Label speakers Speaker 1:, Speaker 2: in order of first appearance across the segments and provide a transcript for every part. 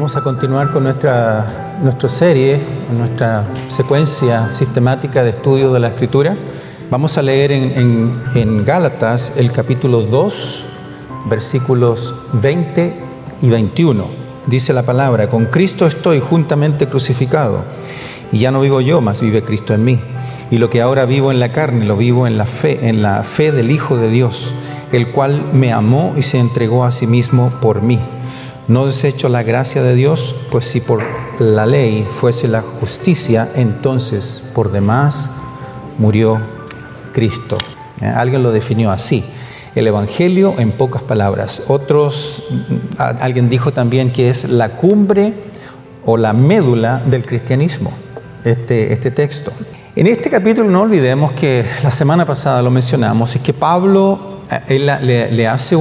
Speaker 1: Vamos a continuar con nuestra serie, nuestra secuencia sistemática de estudio de la Escritura. Vamos a leer en Gálatas el capítulo 2, versículos 20 y 21. Dice la palabra: con Cristo estoy juntamente crucificado, y ya no vivo yo, mas vive Cristo en mí. Y lo que ahora vivo en la carne, lo vivo en la fe del Hijo de Dios, el cual me amó y se entregó a sí mismo por mí. No desecho la gracia de Dios, pues si por la ley fuese la justicia, entonces por demás murió Cristo. Alguien lo definió así: el Evangelio en pocas palabras. Alguien dijo también que es la cumbre o la médula del cristianismo, este texto. En este capítulo no olvidemos que la semana pasada lo mencionamos, es que Pablo le hace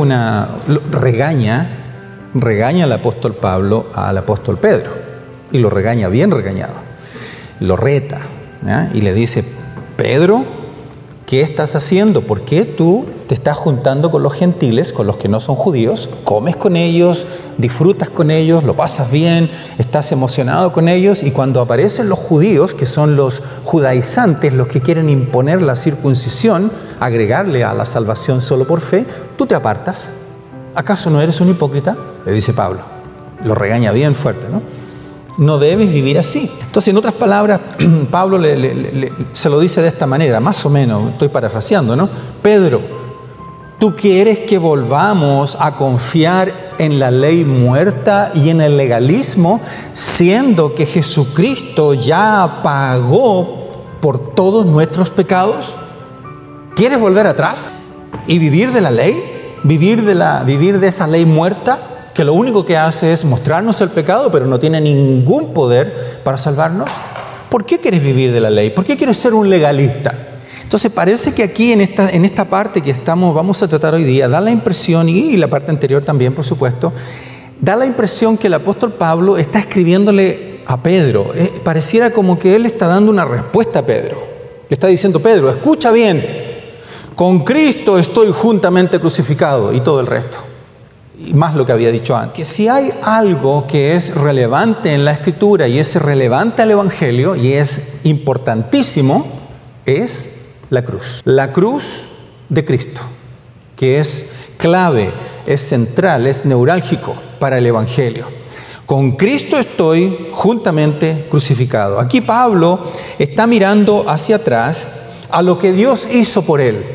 Speaker 1: regaña al apóstol Pablo al apóstol Pedro, y lo regaña bien regañado, lo reta, ¿ya? Y le dice: Pedro, ¿qué estás haciendo? ¿Por qué tú te estás juntando con los gentiles, con los que no son judíos? Comes con ellos, disfrutas con ellos, lo pasas bien, estás emocionado con ellos, y cuando aparecen los judíos, que son los judaizantes, los que quieren imponer la circuncisión, agregarle a la salvación solo por fe, tú te apartas. ¿Acaso no eres un hipócrita? Le dice Pablo. Lo regaña bien fuerte, ¿no? No debes vivir así. Entonces, en otras palabras, Pablo se lo dice de esta manera, más o menos, estoy parafraseando, ¿no? Pedro, ¿tú quieres que volvamos a confiar en la ley muerta y en el legalismo, siendo que Jesucristo ya pagó por todos nuestros pecados? ¿Quieres volver atrás y vivir de la ley? ¿Vivir de esa ley muerta, que lo único que hace es mostrarnos el pecado, pero no tiene ningún poder para salvarnos? ¿Por qué quieres vivir de la ley? ¿Por qué quieres ser un legalista? Entonces parece que aquí en esta parte que vamos a tratar hoy día, da la impresión, y la parte anterior también, por supuesto, da la impresión que el apóstol Pablo está escribiéndole a Pedro. Pareciera como que él está dando una respuesta a Pedro. Le está diciendo: Pedro, escucha bien, con Cristo estoy juntamente crucificado, y todo el resto. Y más lo que había dicho antes. Que si hay algo que es relevante en la Escritura y es relevante al Evangelio y es importantísimo, es la cruz. La cruz de Cristo, que es clave, es central, es neurálgico para el Evangelio. Con Cristo estoy juntamente crucificado. Aquí Pablo está mirando hacia atrás a lo que Dios hizo por él.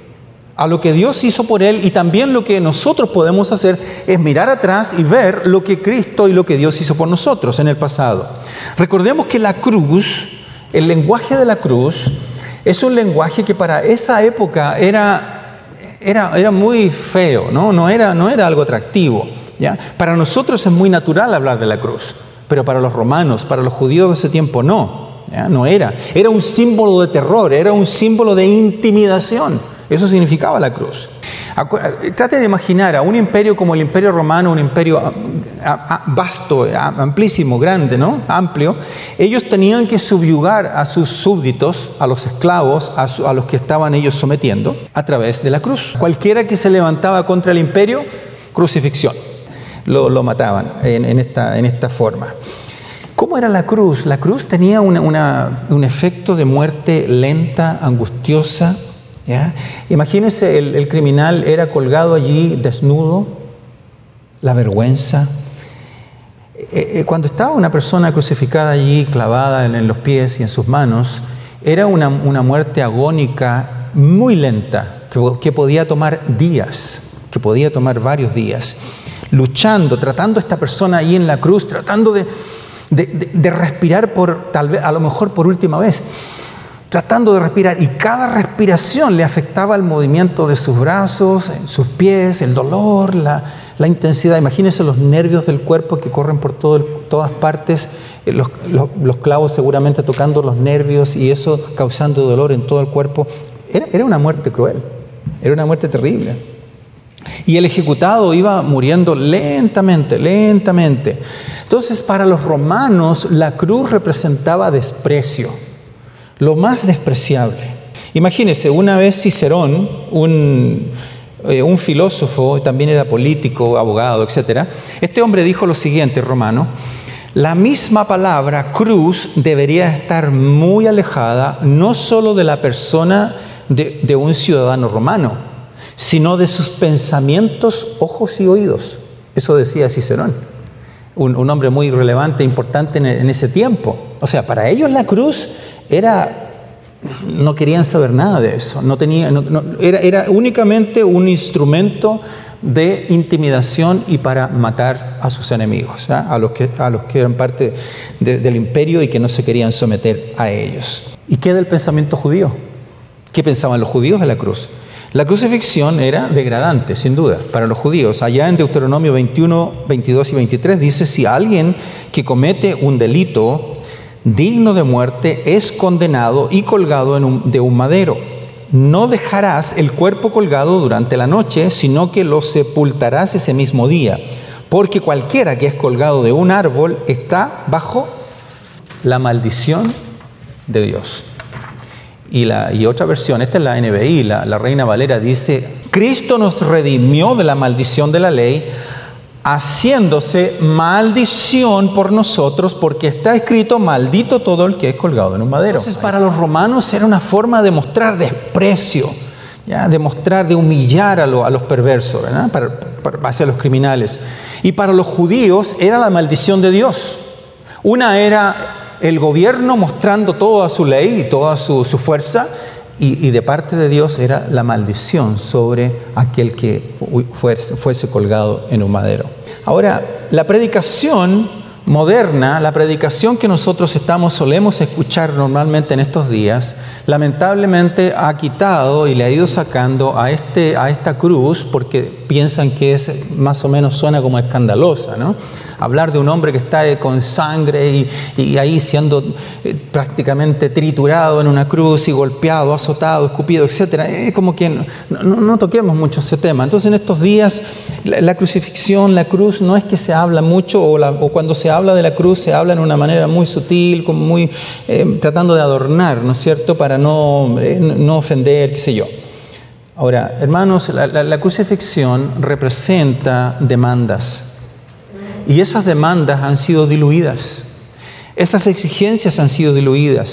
Speaker 1: A lo que Dios hizo por él, y también lo que nosotros podemos hacer es mirar atrás y ver lo que Cristo y lo que Dios hizo por nosotros en el pasado. Recordemos que la cruz, el lenguaje de la cruz, es un lenguaje que para esa época era muy feo, ¿no? No era algo atractivo, ¿ya? Para nosotros es muy natural hablar de la cruz, pero para los romanos, para los judíos de ese tiempo no, ¿ya? No era. Era un símbolo de terror, era un símbolo de intimidación. Eso significaba la cruz. Trate de imaginar a un imperio como el Imperio Romano, un imperio vasto, amplísimo, grande, ¿no? Amplio. Ellos tenían que subyugar a sus súbditos, a los esclavos, a los que estaban ellos sometiendo, a través de la cruz. Cualquiera que se levantaba contra el imperio, crucifixión. Lo mataban en esta forma. ¿Cómo era la cruz? La cruz tenía un efecto de muerte lenta, angustiosa, ¿ya? Imagínense, el criminal era colgado allí desnudo, la vergüenza. Cuando estaba una persona crucificada allí, clavada en los pies y en sus manos, era una muerte agónica muy lenta, que podía tomar días, que podía tomar varios días, luchando, tratando esta persona ahí en la cruz, tratando de respirar tal vez, a lo mejor por última vez, tratando de respirar, y cada respiración le afectaba el movimiento de sus brazos, sus pies, el dolor, la intensidad. Imagínense los nervios del cuerpo que corren por todas partes, los clavos seguramente tocando los nervios, y eso causando dolor en todo el cuerpo. Era una muerte cruel, era una muerte terrible. Y el ejecutado iba muriendo lentamente. Entonces, para los romanos, la cruz representaba desprecio, lo más despreciable. Imagínense, una vez Cicerón, un un filósofo, también era político, abogado, etc. Este hombre dijo lo siguiente, Romano: la misma palabra cruz debería estar muy alejada no solo de la persona de un ciudadano romano, sino de sus pensamientos, ojos y oídos. Eso decía Cicerón, un hombre muy relevante e importante en ese tiempo. O sea, para ellos la cruz no querían saber nada de eso, era únicamente un instrumento de intimidación y para matar a sus enemigos, ¿eh? a los que eran parte del imperio y que no se querían someter a ellos. ¿Y qué del pensamiento judío? ¿Qué pensaban los judíos de la cruz? La crucifixión era degradante, sin duda, para los judíos. Allá en Deuteronomio 21, 22 y 23 dice: si alguien que comete un delito digno de muerte es condenado y colgado de un madero, no dejarás el cuerpo colgado durante la noche, sino que lo sepultarás ese mismo día, porque cualquiera que es colgado de un árbol está bajo la maldición de Dios. Y otra versión, esta es la NBI, la Reina Valera, dice: Cristo nos redimió de la maldición de la ley, haciéndose maldición por nosotros, porque está escrito: maldito todo el que es colgado en un madero. Entonces, para los romanos era una forma de mostrar desprecio, ¿ya? De humillar a los perversos, ¿verdad? Hacia los criminales. Y para los judíos era la maldición de Dios. Una era el gobierno mostrando toda su ley y toda su fuerza, y de parte de Dios era la maldición sobre aquel que fuese colgado en un madero. Ahora, la predicación moderna, la predicación que nosotros solemos escuchar normalmente en estos días, lamentablemente ha quitado y le ha ido sacando a esta cruz, porque piensan que más o menos suena como escandalosa, ¿no? Hablar de un hombre que está con sangre y ahí siendo prácticamente triturado en una cruz y golpeado, azotado, escupido, etc. Como que no toquemos mucho ese tema. Entonces, en estos días, la crucifixión, la cruz, no es que se habla mucho, o cuando se habla de la cruz, se habla en una manera muy sutil, como muy tratando de adornar, ¿no es cierto?, para no ofender, qué sé yo. Ahora, hermanos, la crucifixión representa demandas. Y esas demandas han sido diluidas. Esas exigencias han sido diluidas.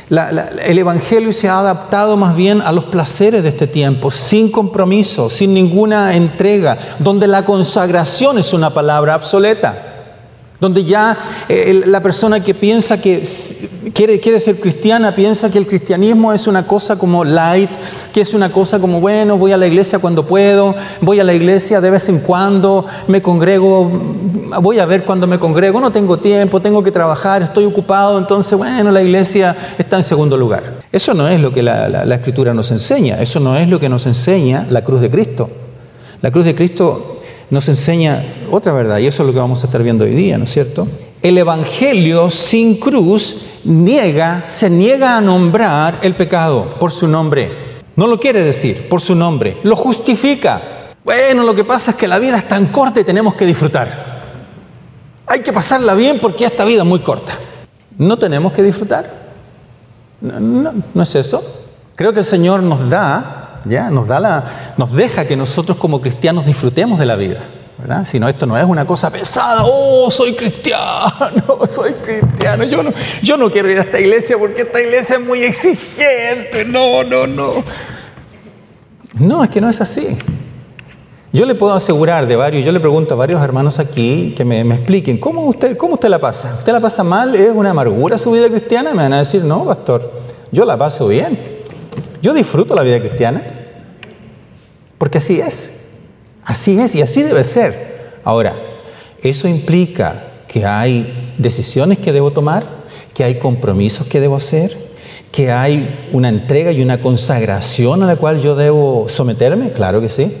Speaker 1: El Evangelio se ha adaptado más bien a los placeres de este tiempo, sin compromiso, sin ninguna entrega, donde la consagración es una palabra obsoleta. Donde ya la persona que piensa que quiere ser cristiana, piensa que el cristianismo es una cosa como light, que es una cosa como, bueno, voy a la iglesia cuando puedo, voy a la iglesia de vez en cuando, me congrego, voy a ver cuando me congrego, no tengo tiempo, tengo que trabajar, estoy ocupado, entonces, bueno, la iglesia está en segundo lugar. Eso no es lo que la Escritura nos enseña, eso no es lo que nos enseña la cruz de Cristo. La cruz de Cristo nos enseña otra verdad, y eso es lo que vamos a estar viendo hoy día, ¿no es cierto? El Evangelio sin cruz se niega a nombrar el pecado por su nombre. No lo quiere decir por su nombre, lo justifica. Bueno, lo que pasa es que la vida es tan corta y tenemos que disfrutar. Hay que pasarla bien porque esta vida es muy corta. ¿No tenemos que disfrutar? No es eso. Creo que el Señor nos deja que nosotros como cristianos disfrutemos de la vida, ¿verdad? Si no, esto no es una cosa pesada. Oh, soy cristiano, yo no quiero ir a esta iglesia porque esta iglesia es muy exigente. No, es que no es así. Yo le puedo asegurar yo le pregunto a varios hermanos aquí que me expliquen, ¿cómo usted la pasa? ¿Usted la pasa mal? ¿Es una amargura su vida cristiana? Me van a decir, no, pastor, yo la paso bien. Yo disfruto la vida cristiana, porque así es y así debe ser. Ahora, eso implica que hay decisiones que debo tomar, que hay compromisos que debo hacer, que hay una entrega y una consagración a la cual yo debo someterme. Claro que sí.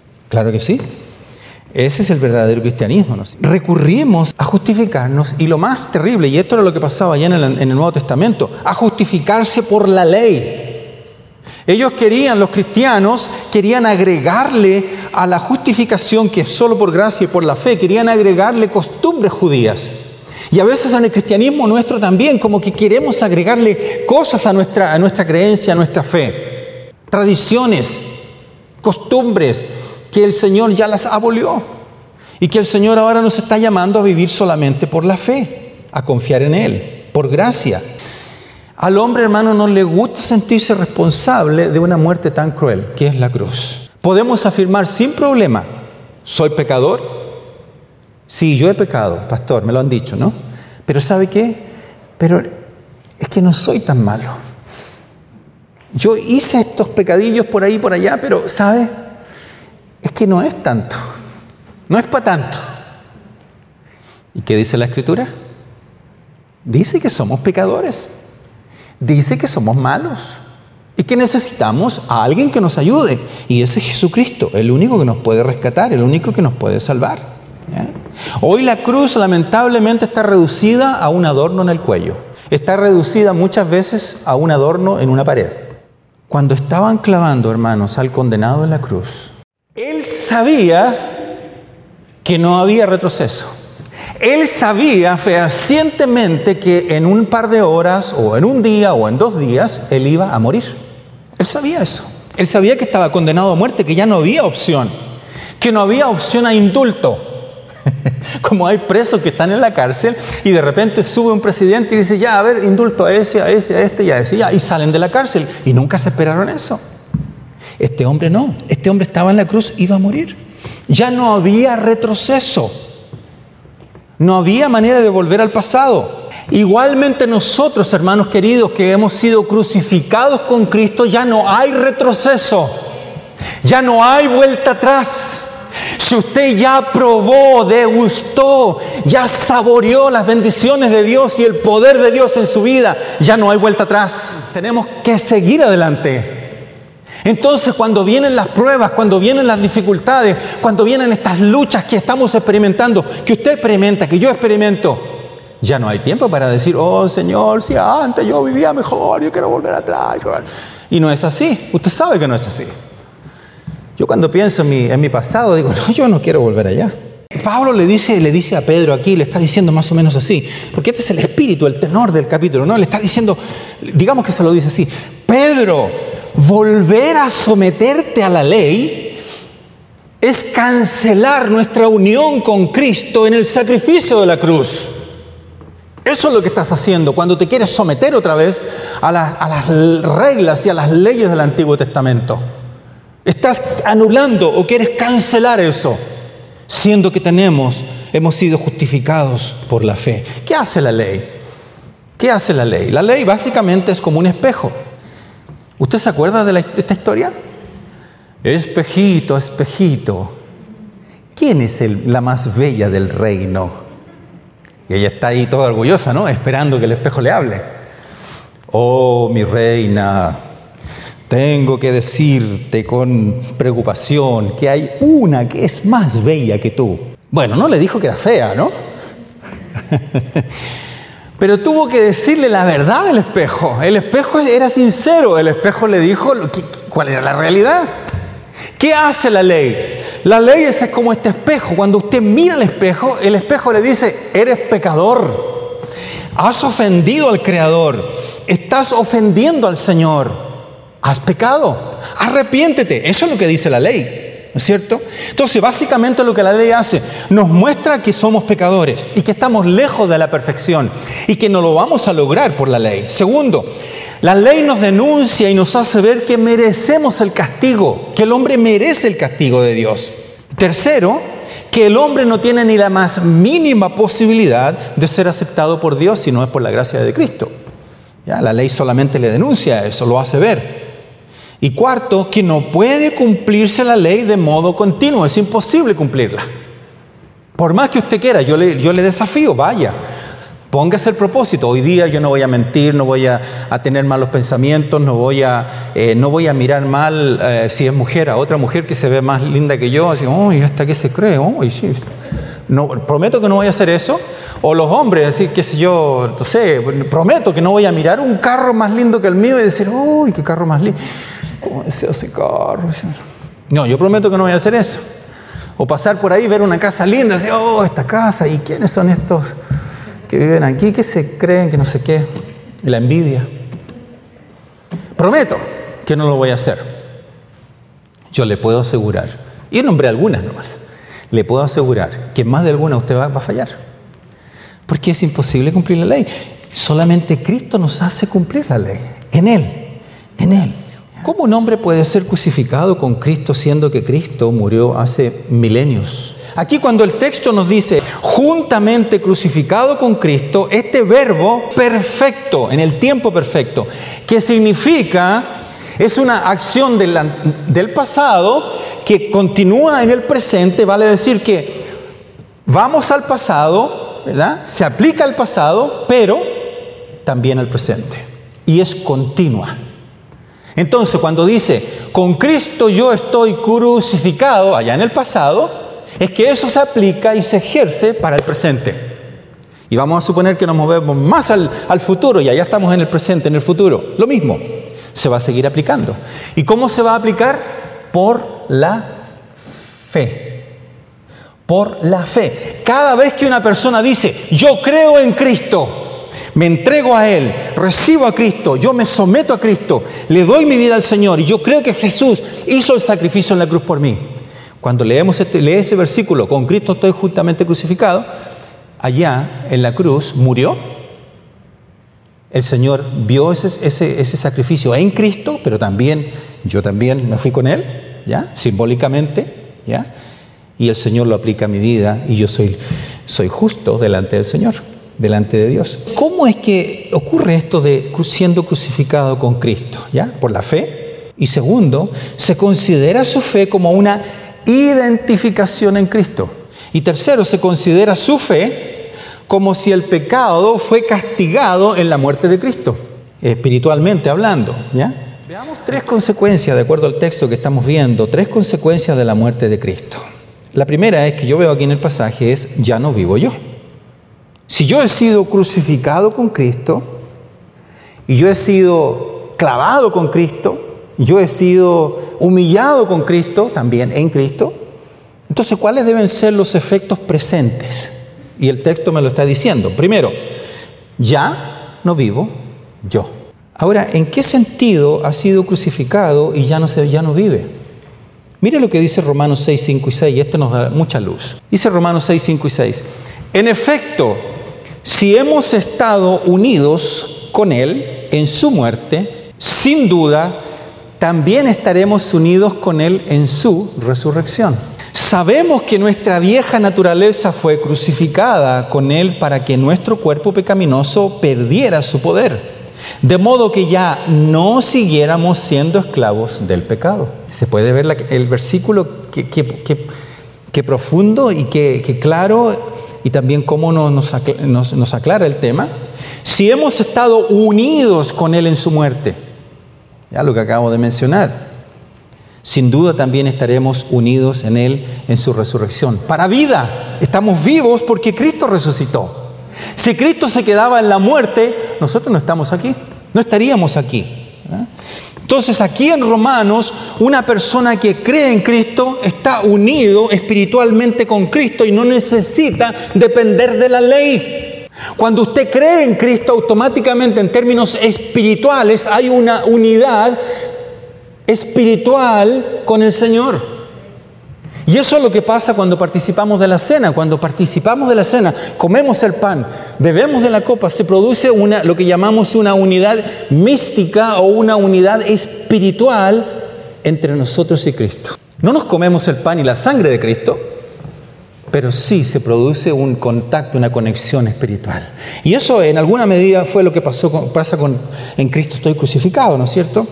Speaker 1: Ese es el verdadero cristianismo, ¿no? Recurrimos a justificarnos, y lo más terrible, y esto era lo que pasaba ya en el Nuevo Testamento, a justificarse por la ley. Los cristianos querían agregarle a la justificación, que es solo por gracia y por la fe, querían agregarle costumbres judías. Y a veces en el cristianismo nuestro también, como que queremos agregarle cosas a nuestra creencia, a nuestra fe. Tradiciones. costumbres que el Señor ya las abolió y que el Señor ahora nos está llamando a vivir solamente por la fe, a confiar en Él, por gracia. Al hombre, hermano, no le gusta sentirse responsable de una muerte tan cruel, que es la cruz. Podemos afirmar sin problema, ¿soy pecador? Sí, yo he pecado, pastor, me lo han dicho, ¿no? Pero ¿sabe qué? Pero es que no soy tan malo. Yo hice estos pecadillos por ahí, por allá, pero ¿sabe? Es que no es tanto. No es para tanto. ¿Y qué dice la Escritura? Dice que somos pecadores. Dice que somos malos. Y que necesitamos a alguien que nos ayude. Y ese es Jesucristo, el único que nos puede rescatar, el único que nos puede salvar. ¿Ya? Hoy la cruz lamentablemente está reducida a un adorno en el cuello. Está reducida muchas veces a un adorno en una pared. Cuando estaban clavando, hermanos, al condenado en la cruz, Él sabía que no había retroceso. Él sabía fehacientemente que en un par de horas, o en un día, o en 2 días, Él iba a morir. Él sabía eso. Él sabía que estaba condenado a muerte, que ya no había opción. Que no había opción a indulto. Como hay presos que están en la cárcel y de repente sube un presidente y dice, ya, a ver, indulto a ese, a este y a ese, ya, y salen de la cárcel. Y nunca se esperaron eso. Este hombre no. Este hombre estaba en la cruz, iba a morir. Ya no había retroceso. No había manera de volver al pasado. Igualmente nosotros, hermanos queridos, que hemos sido crucificados con Cristo, ya no hay retroceso. Ya no hay vuelta atrás. Si usted ya probó, degustó, ya saboreó las bendiciones de Dios y el poder de Dios en su vida, ya no hay vuelta atrás. Tenemos que seguir adelante. Entonces, cuando vienen las pruebas, cuando vienen las dificultades, cuando vienen estas luchas que estamos experimentando, que usted experimenta, que yo experimento, ya no hay tiempo para decir, oh Señor, si antes yo vivía mejor, yo quiero volver atrás. Y no es así. Usted sabe que no es así. Yo cuando pienso en mi pasado, digo, no, yo no quiero volver allá. Pablo le dice a Pedro aquí, le está diciendo más o menos así, porque este es el espíritu, el tenor del capítulo, ¿no? Le está diciendo, digamos que se lo dice así, Pedro, volver a someterte a la ley es cancelar nuestra unión con Cristo en el sacrificio de la cruz. Eso es lo que estás haciendo cuando te quieres someter otra vez a las reglas y a las leyes del Antiguo Testamento. Estás anulando o quieres cancelar eso, siendo que hemos sido justificados por la fe. ¿Qué hace la ley? ¿Qué hace la ley? La ley básicamente es como un espejo. ¿Usted se acuerda de esta historia? Espejito, espejito, ¿quién es la más bella del reino? Y ella está ahí toda orgullosa, ¿no? Esperando que el espejo le hable. Oh, mi reina, tengo que decirte con preocupación que hay una que es más bella que tú. Bueno, no le dijo que era fea, ¿no? Pero tuvo que decirle la verdad al espejo. El espejo era sincero. El espejo le dijo cuál era la realidad. ¿Qué hace la ley? La ley es como este espejo. Cuando usted mira al espejo, el espejo le dice, eres pecador. Has ofendido al Creador. Estás ofendiendo al Señor. Has pecado, arrepiéntete. Eso es lo que dice la ley, ¿no es cierto? Entonces, básicamente lo que la ley hace, nos muestra que somos pecadores y que estamos lejos de la perfección y que no lo vamos a lograr por la ley. Segundo, la ley nos denuncia y nos hace ver que merecemos el castigo, que el hombre merece el castigo de Dios. Tercero, que el hombre no tiene ni la más mínima posibilidad de ser aceptado por Dios si no es por la gracia de Cristo. ¿Ya? La ley solamente le denuncia eso, lo hace ver. Y cuarto, que no puede cumplirse la ley de modo continuo, es imposible cumplirla. Por más que usted quiera, yo le desafío, vaya, póngase el propósito. Hoy día yo no voy a mentir, no voy a tener malos pensamientos, no voy a mirar mal si es mujer a otra mujer que se ve más linda que yo, así, ¡ay, esta qué se cree! ¡Ay, sí! No, prometo que no voy a hacer eso. O los hombres, decir, qué sé yo, no sé, prometo que no voy a mirar un carro más lindo que el mío y decir, ¡uy, qué carro más lindo! ¿Cómo deseo ese carro? No, yo prometo que no voy a hacer eso. O pasar por ahí, ver una casa linda y decir, ¡oh, esta casa! ¿Y quiénes son estos que viven aquí? ¿Qué se creen? Que no sé qué. La envidia. Prometo que no lo voy a hacer. yo le puedo asegurar, y nombré algunas nomás, le puedo asegurar que más de alguna usted va a fallar. Porque es imposible cumplir la ley. Solamente Cristo nos hace cumplir la ley. En Él. ¿Cómo un hombre puede ser crucificado con Cristo siendo que Cristo murió hace milenios? Aquí cuando el texto nos dice juntamente crucificado con Cristo, este verbo perfecto, en el tiempo perfecto, que significa, es una acción del pasado que continúa en el presente, vale decir que vamos al pasado, ¿verdad? Se aplica al pasado, pero también al presente. Y es continua. Entonces, cuando dice, con Cristo yo estoy crucificado, allá en el pasado, es que eso se aplica y se ejerce para el presente. Y vamos a suponer que nos movemos más al futuro, y allá estamos en el presente, en el futuro. Lo mismo, se va a seguir aplicando. ¿Y cómo se va a aplicar? Por la fe. Por la fe. Cada vez que una persona dice, yo creo en Cristo, me entrego a Él, recibo a Cristo, yo me someto a Cristo, le doy mi vida al Señor y yo creo que Jesús hizo el sacrificio en la cruz por mí. Cuando lee ese versículo, con Cristo estoy juntamente crucificado, allá en la cruz murió. El Señor vio ese sacrificio en Cristo, pero también yo también me fui con Él, ¿ya? Simbólicamente, ¿ya? Y el Señor lo aplica a mi vida y yo soy justo delante del Señor, delante de Dios. ¿Cómo es que ocurre esto de siendo crucificado con Cristo? ¿Ya? Por la fe. Y segundo, se considera su fe como una identificación en Cristo. Y tercero, se considera su fe como si el pecado fue castigado en la muerte de Cristo, espiritualmente hablando, ¿ya? Veamos 3 consecuencias, de acuerdo al texto que estamos viendo, 3 consecuencias de la muerte de Cristo. La primera es que yo veo aquí en el pasaje es, ya no vivo yo. Si yo he sido crucificado con Cristo, y yo he sido clavado con Cristo, yo he sido humillado con Cristo, también en Cristo, entonces, ¿cuáles deben ser los efectos presentes? Y el texto me lo está diciendo. Primero, ya no vivo yo. Ahora, ¿en qué sentido ha sido crucificado y ya no vive? Mire lo que dice Romanos 6, 5 y 6, y esto nos da mucha luz. Dice Romanos 6, 5 y 6. En efecto, si hemos estado unidos con Él en su muerte, sin duda, también estaremos unidos con Él en su resurrección. Sabemos que nuestra vieja naturaleza fue crucificada con Él para que nuestro cuerpo pecaminoso perdiera su poder, de modo que ya no siguiéramos siendo esclavos del pecado. Se puede ver el versículo que profundo y que claro, y también cómo nos aclara el tema. Si hemos estado unidos con Él en su muerte, ya lo que acabo de mencionar, sin duda también estaremos unidos en Él en su resurrección. Para vida, estamos vivos porque Cristo resucitó. Si Cristo se quedaba en la muerte, nosotros no estamos aquí, no estaríamos aquí. Entonces aquí en Romanos, una persona que cree en Cristo está unido espiritualmente con Cristo y no necesita depender de la ley. Cuando usted cree en Cristo, automáticamente en términos espirituales hay una unidad espiritual con el Señor. Y eso es lo que pasa cuando participamos de la cena. Cuando participamos de la cena, comemos el pan, bebemos de la copa, se produce lo que llamamos una unidad mística o una unidad espiritual entre nosotros y Cristo. No nos comemos el pan y la sangre de Cristo, pero sí se produce un contacto, una conexión espiritual. Y eso en alguna medida fue lo que pasa en Cristo estoy crucificado, ¿no es cierto?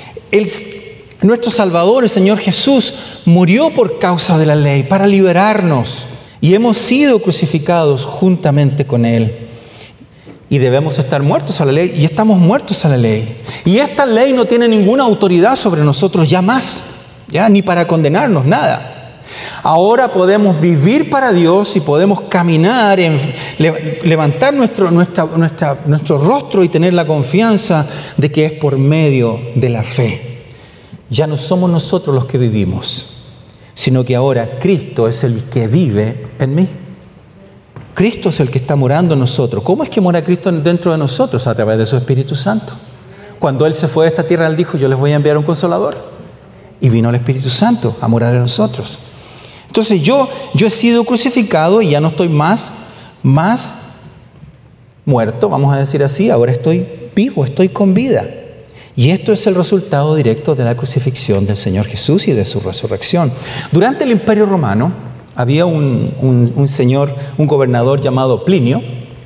Speaker 1: Nuestro Salvador, el Señor Jesús, murió por causa de la ley, para liberarnos. Y hemos sido crucificados juntamente con Él. Y debemos estar muertos a la ley, y estamos muertos a la ley. Y esta ley no tiene ninguna autoridad sobre nosotros ya más, ya ni para condenarnos, nada. Ahora podemos vivir para Dios y podemos caminar, levantar nuestro rostro y tener la confianza de que es por medio de la fe. Ya no somos nosotros los que vivimos, sino que ahora Cristo es el que vive en mí. Cristo es el que está morando en nosotros. ¿Cómo es que mora Cristo dentro de nosotros? A través de su Espíritu Santo. Cuando Él se fue de esta tierra, Él dijo, yo les voy a enviar un Consolador. y vino el Espíritu Santo a morar en nosotros. Entonces yo he sido crucificado y ya no estoy más muerto, vamos a decir así, ahora estoy vivo, estoy con vida. Y esto es el resultado directo de la crucifixión del Señor Jesús y de su resurrección. Durante el Imperio Romano había un señor, un gobernador llamado Plinio,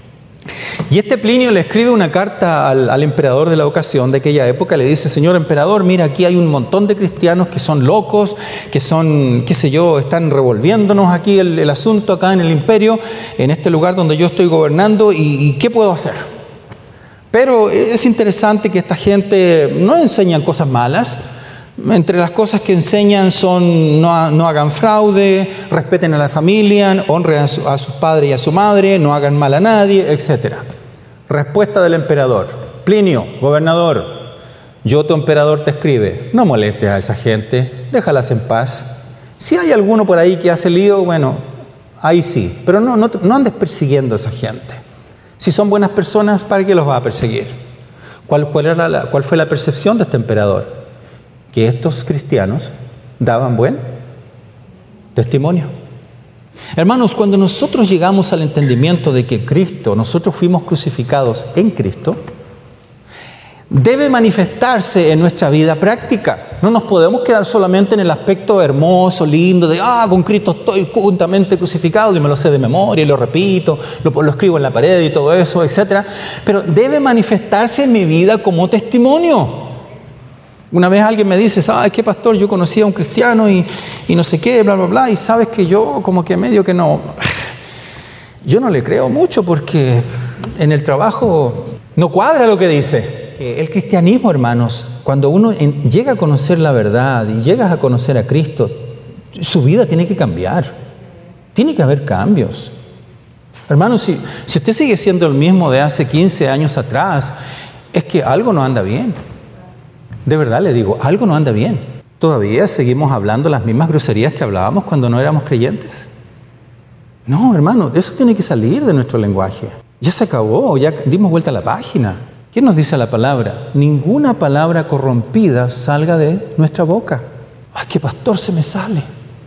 Speaker 1: y este Plinio le escribe una carta al emperador de la ocasión de aquella época. Le dice: señor emperador, mira, aquí hay un montón de cristianos que son locos, que son, qué sé yo, están revolviéndonos aquí el asunto acá en el imperio, en este lugar donde yo estoy gobernando, y ¿qué puedo hacer? Pero es interesante que esta gente no enseñan cosas malas. Entre las cosas que enseñan son no hagan fraude, respeten a la familia, honren a sus padres y a su madre, no hagan mal a nadie, etc. Respuesta del emperador: Plinio, gobernador, yo tu emperador te escribe, no molestes a esa gente, déjalas en paz. Si hay alguno por ahí que hace lío, bueno, ahí sí, pero no andes persiguiendo a esa gente. Si son buenas personas, ¿para qué los vas a perseguir? ¿Cuál fue la percepción de este emperador? Que estos cristianos daban buen testimonio. Hermanos, cuando nosotros llegamos al entendimiento de que nosotros fuimos crucificados en Cristo, debe manifestarse en nuestra vida práctica. No nos podemos quedar solamente en el aspecto hermoso, lindo, de con Cristo estoy juntamente crucificado y me lo sé de memoria y lo repito, lo escribo en la pared y todo eso, etc. Pero debe manifestarse en mi vida como testimonio. Una vez alguien me dice: ¿sabes qué, pastor? Yo conocí a un cristiano y no sé qué, bla, bla, bla, y sabes que yo como que medio que no... Yo no le creo mucho porque en el trabajo no cuadra lo que dice. El cristianismo, hermanos, cuando uno llega a conocer la verdad y llegas a conocer a Cristo, su vida tiene que cambiar. Tiene que haber cambios. Hermanos, si usted sigue siendo el mismo de hace 15 años atrás, es que algo no anda bien. De verdad le digo, algo no anda bien. Todavía seguimos hablando las mismas groserías que hablábamos cuando no éramos creyentes. No, hermano, eso tiene que salir de nuestro lenguaje. Ya se acabó, ya dimos vuelta a la página. ¿Qué nos dice la palabra? Ninguna palabra corrompida salga de nuestra boca. ¡Ay, qué pastor se me sale!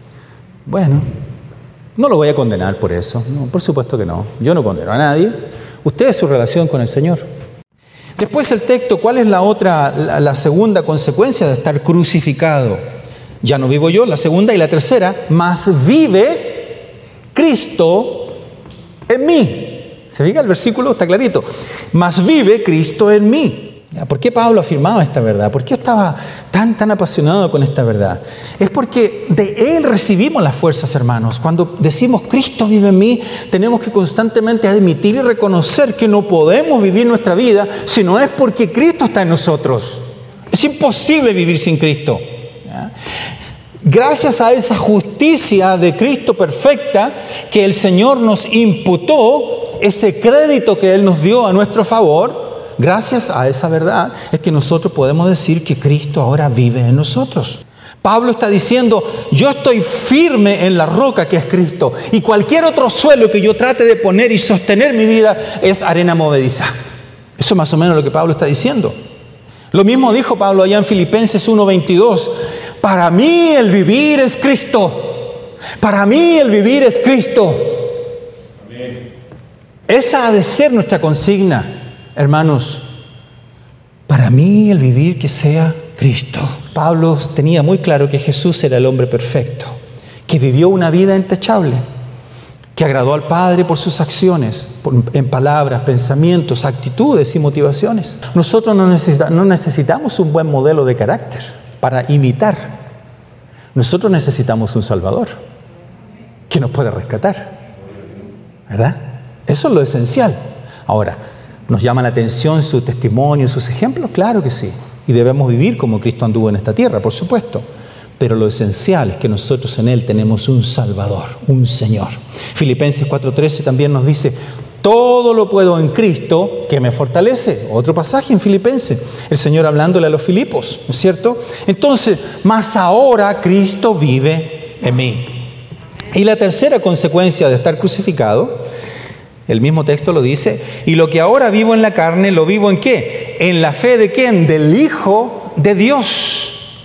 Speaker 1: Bueno, no lo voy a condenar por eso. No, por supuesto que no. Yo no condeno a nadie. Usted es su relación con el Señor. Después el texto, ¿cuál es la segunda consecuencia de estar crucificado? Ya no vivo yo, la segunda y la tercera, mas vive Cristo en mí. ¿Se fija? El versículo está clarito. Mas vive Cristo en mí. ¿Por qué Pablo afirmaba esta verdad? ¿Por qué estaba tan apasionado con esta verdad? Es porque de Él recibimos las fuerzas, hermanos. Cuando decimos Cristo vive en mí, tenemos que constantemente admitir y reconocer que no podemos vivir nuestra vida si no es porque Cristo está en nosotros. Es imposible vivir sin Cristo. ¿Ya? Gracias a esa justicia de Cristo perfecta que el Señor nos imputó, ese crédito que Él nos dio a nuestro favor, gracias a esa verdad es que nosotros podemos decir que Cristo ahora vive en nosotros. Pablo está diciendo: yo estoy firme en la roca que es Cristo, y cualquier otro suelo que yo trate de poner y sostener mi vida es arena movediza. Eso es más o menos lo que Pablo está diciendo. Lo mismo dijo Pablo allá en Filipenses 1:22. Para mí el vivir es Cristo. Para mí el vivir es Cristo. Amén. Esa ha de ser nuestra consigna. Hermanos, para mí el vivir que sea Cristo. Pablo tenía muy claro que Jesús era el hombre perfecto, que vivió una vida intachable, que agradó al Padre por sus acciones, en palabras, pensamientos, actitudes y motivaciones. Nosotros no necesitamos un buen modelo de carácter para imitar. Nosotros necesitamos un Salvador que nos pueda rescatar, ¿verdad? Eso es lo esencial. Ahora, ¿nos llama la atención su testimonio, sus ejemplos? Claro que sí. Y debemos vivir como Cristo anduvo en esta tierra, por supuesto. Pero lo esencial es que nosotros en Él tenemos un Salvador, un Señor. Filipenses 4:13 también nos dice: todo lo puedo en Cristo que me fortalece. Otro pasaje en Filipenses. El Señor hablándole a los Filipos, ¿no es cierto? Entonces, mas ahora Cristo vive en mí. Y la tercera consecuencia de estar crucificado, el mismo texto lo dice: y lo que ahora vivo en la carne, ¿lo vivo en qué? ¿En la fe de quién? Del Hijo de Dios.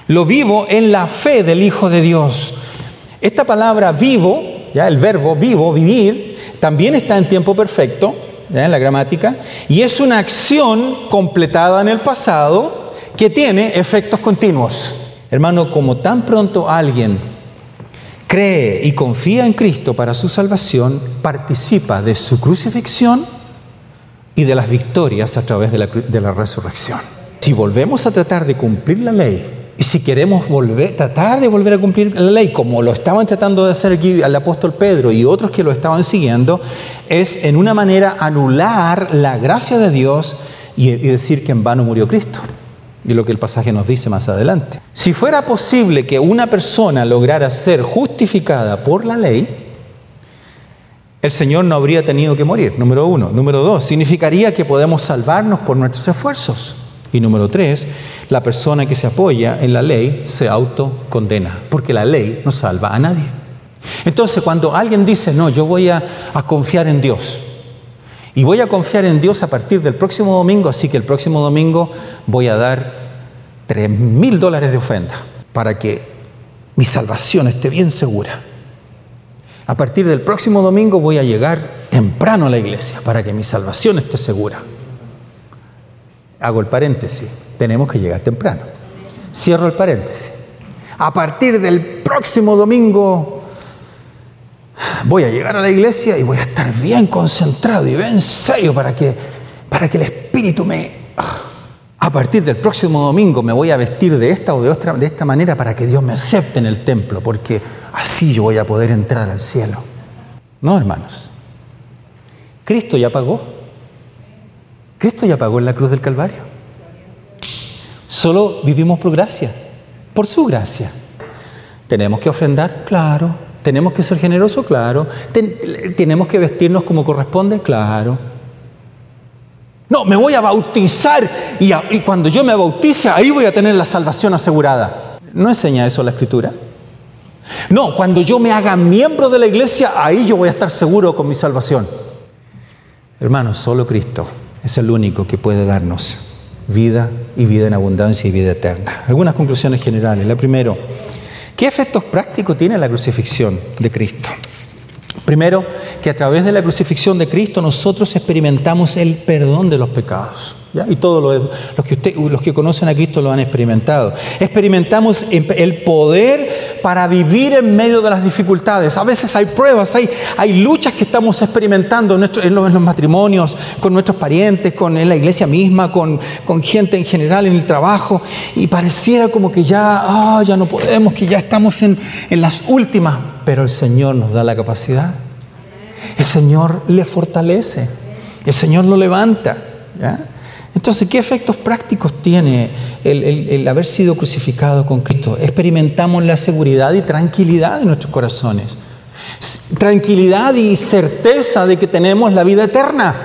Speaker 1: Lo vivo en la fe del Hijo de Dios. Esta palabra vivo, ¿ya? El verbo vivo, vivir, también está en tiempo perfecto, ¿ya? En la gramática, y es una acción completada en el pasado que tiene efectos continuos. Hermano, como tan pronto alguien cree y confía en Cristo para su salvación, participa de su crucifixión y de las victorias a través de la resurrección. Si volvemos a tratar de cumplir la ley, y si queremos tratar de volver a cumplir la ley, como lo estaban tratando de hacer aquí el apóstol Pedro y otros que lo estaban siguiendo, es en una manera anular la gracia de Dios y decir que en vano murió Cristo. Y lo que el pasaje nos dice más adelante. Si fuera posible que una persona lograra ser justificada por la ley, el Señor no habría tenido que morir, número 1. Número 2, significaría que podemos salvarnos por nuestros esfuerzos. Y número 3, la persona que se apoya en la ley se autocondena, porque la ley no salva a nadie. Entonces, cuando alguien dice, no, yo voy a confiar en Dios, y voy a confiar en Dios a partir del próximo domingo, así que el próximo domingo voy a dar $3,000 de ofrenda para que mi salvación esté bien segura. A partir del próximo domingo voy a llegar temprano a la iglesia para que mi salvación esté segura. Hago el paréntesis, tenemos que llegar temprano. Cierro el paréntesis. A partir del próximo domingo voy a llegar a la iglesia y voy a estar bien concentrado y bien serio para que el Espíritu me... A partir del próximo domingo me voy a vestir de esta o de esta manera para que Dios me acepte en el templo, porque así yo voy a poder entrar al cielo. No, hermanos. Cristo ya pagó. Cristo ya pagó en la cruz del Calvario. Solo vivimos por gracia, por su gracia. ¿Tenemos que ofrendar? Claro. ¿Tenemos que ser generosos? Claro. ¿Tenemos que vestirnos como corresponde? Claro. No, me voy a bautizar y cuando yo me bautice, ahí voy a tener la salvación asegurada. ¿No enseña eso la Escritura? No, cuando yo me haga miembro de la iglesia, ahí yo voy a estar seguro con mi salvación. Hermanos, solo Cristo es el único que puede darnos vida y vida en abundancia y vida eterna. Algunas conclusiones generales. La primera, ¿qué efectos prácticos tiene la crucifixión de Cristo? Primero, que a través de la crucifixión de Cristo nosotros experimentamos el perdón de los pecados. ¿Ya? Y todos los que conocen a Cristo lo han experimentado. Experimentamos el poder para vivir en medio de las dificultades. A veces hay pruebas, hay luchas que estamos experimentando en los matrimonios, con nuestros parientes, en la iglesia misma, con gente en general en el trabajo. Y pareciera como que ya no podemos, que ya estamos en las últimas. Pero el Señor nos da la capacidad. El Señor le fortalece. El Señor lo levanta. ¿Ya? Entonces, ¿qué efectos prácticos tiene el haber sido crucificado con Cristo? Experimentamos la seguridad y tranquilidad en nuestros corazones. Tranquilidad y certeza de que tenemos la vida eterna.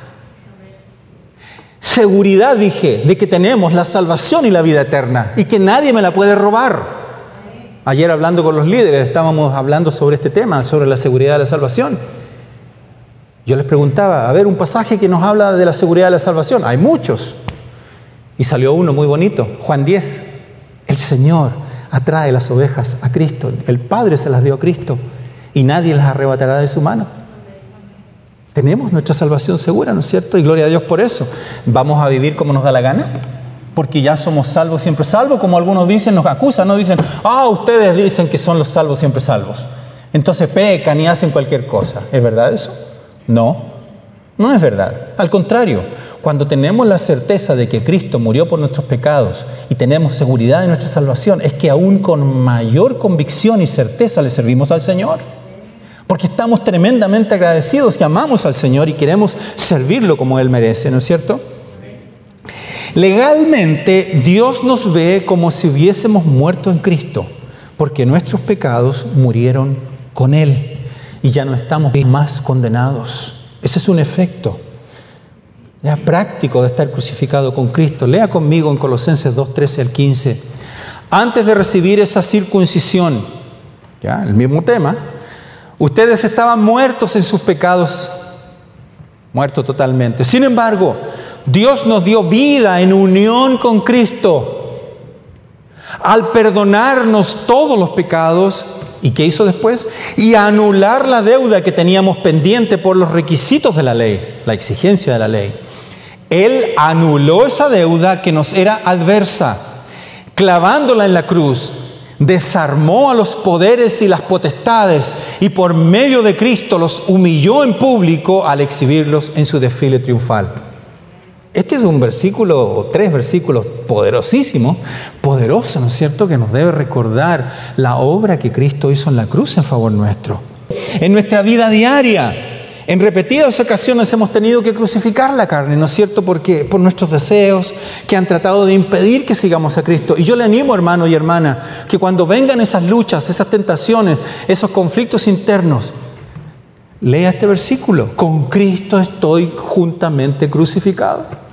Speaker 1: Seguridad, dije, de que tenemos la salvación y la vida eterna y que nadie me la puede robar. Ayer hablando con los líderes estábamos hablando sobre este tema, sobre la seguridad de la salvación. Yo les preguntaba, a ver, un pasaje que nos habla de la seguridad de la salvación. Hay muchos. Y salió uno muy bonito, Juan 10. El Señor atrae las ovejas a Cristo. El Padre se las dio a Cristo y nadie las arrebatará de su mano. Tenemos nuestra salvación segura, ¿no es cierto? Y gloria a Dios por eso. ¿Vamos a vivir como nos da la gana? Porque ya somos salvos, siempre salvos, como algunos dicen, nos acusan, ¿no? Dicen, ustedes dicen que son los salvos, siempre salvos. Entonces pecan y hacen cualquier cosa. ¿Es verdad eso? No, no es verdad. Al contrario, cuando tenemos la certeza de que Cristo murió por nuestros pecados y tenemos seguridad de nuestra salvación, es que aún con mayor convicción y certeza le servimos al Señor. Porque estamos tremendamente agradecidos y amamos al Señor y queremos servirlo como Él merece, ¿no es cierto? Legalmente, Dios nos ve como si hubiésemos muerto en Cristo, porque nuestros pecados murieron con Él. Y ya no estamos más condenados. Ese es un efecto ya práctico de estar crucificado con Cristo. Lea conmigo en Colosenses 2, 13 al 15. Antes de recibir esa circuncisión, ya el mismo tema, ustedes estaban muertos en sus pecados, muertos totalmente. Sin embargo, Dios nos dio vida en unión con Cristo. al perdonarnos todos los pecados. ¿Y qué hizo después? Y anular la deuda que teníamos pendiente por los requisitos de la ley, la exigencia de la ley. Él anuló esa deuda que nos era adversa, clavándola en la cruz. Desarmó a los poderes y las potestades y por medio de Cristo los humilló en público al exhibirlos en su desfile triunfal. Este es un versículo, 3 versículos poderosísimos, poderosos, ¿no es cierto?, que nos debe recordar la obra que Cristo hizo en la cruz en favor nuestro. En nuestra vida diaria, en repetidas ocasiones hemos tenido que crucificar la carne, ¿no es cierto?, porque por nuestros deseos que han tratado de impedir que sigamos a Cristo. Y yo le animo, hermano y hermana, que cuando vengan esas luchas, esas tentaciones, esos conflictos internos, lea este versículo: con Cristo estoy juntamente crucificado.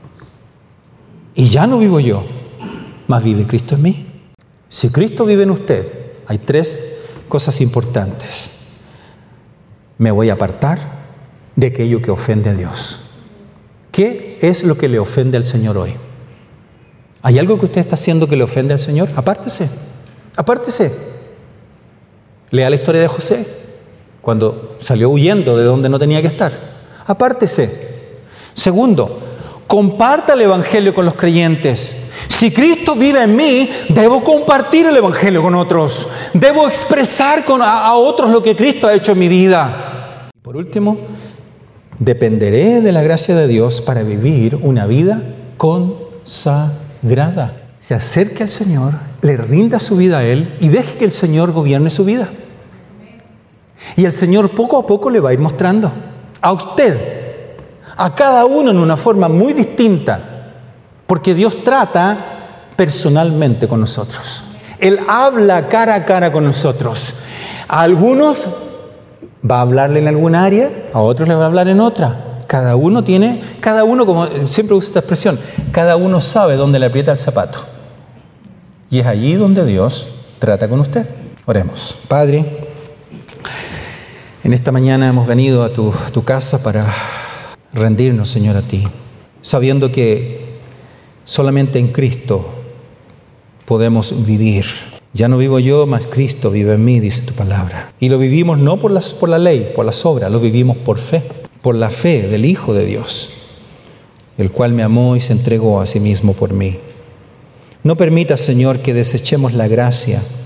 Speaker 1: Y ya no vivo yo, mas vive Cristo en mí. Si Cristo vive en usted, hay 3 cosas importantes. Me voy a apartar de aquello que ofende a Dios. ¿Qué es lo que le ofende al Señor hoy? ¿Hay algo que usted está haciendo que le ofende al Señor? Apártese, apártese. Lea la historia de José, cuando salió huyendo de donde no tenía que estar. Apártese. Segundo, comparta el Evangelio con los creyentes. Si Cristo vive en mí, debo compartir el Evangelio con otros. Debo expresar a otros lo que Cristo ha hecho en mi vida. Y por último, dependeré de la gracia de Dios para vivir una vida consagrada. Se acerque al Señor, le rinda su vida a Él y deje que el Señor gobierne su vida. Y el Señor poco a poco le va a ir mostrando a usted, a cada uno en una forma muy distinta, porque Dios trata personalmente con nosotros. Él habla cara a cara con nosotros. A algunos va a hablarle en alguna área, a otros le va a hablar en otra. Cada uno, como siempre uso esta expresión, cada uno sabe dónde le aprieta el zapato. Y es allí donde Dios trata con usted. Oremos. Padre, en esta mañana hemos venido a tu casa para rendirnos, Señor, a ti, sabiendo que solamente en Cristo podemos vivir. Ya no vivo yo, mas Cristo vive en mí, dice tu palabra. Y lo vivimos no por la ley, por las obras, lo vivimos por fe, por la fe del Hijo de Dios, el cual me amó y se entregó a sí mismo por mí. No permita, Señor, que desechemos la gracia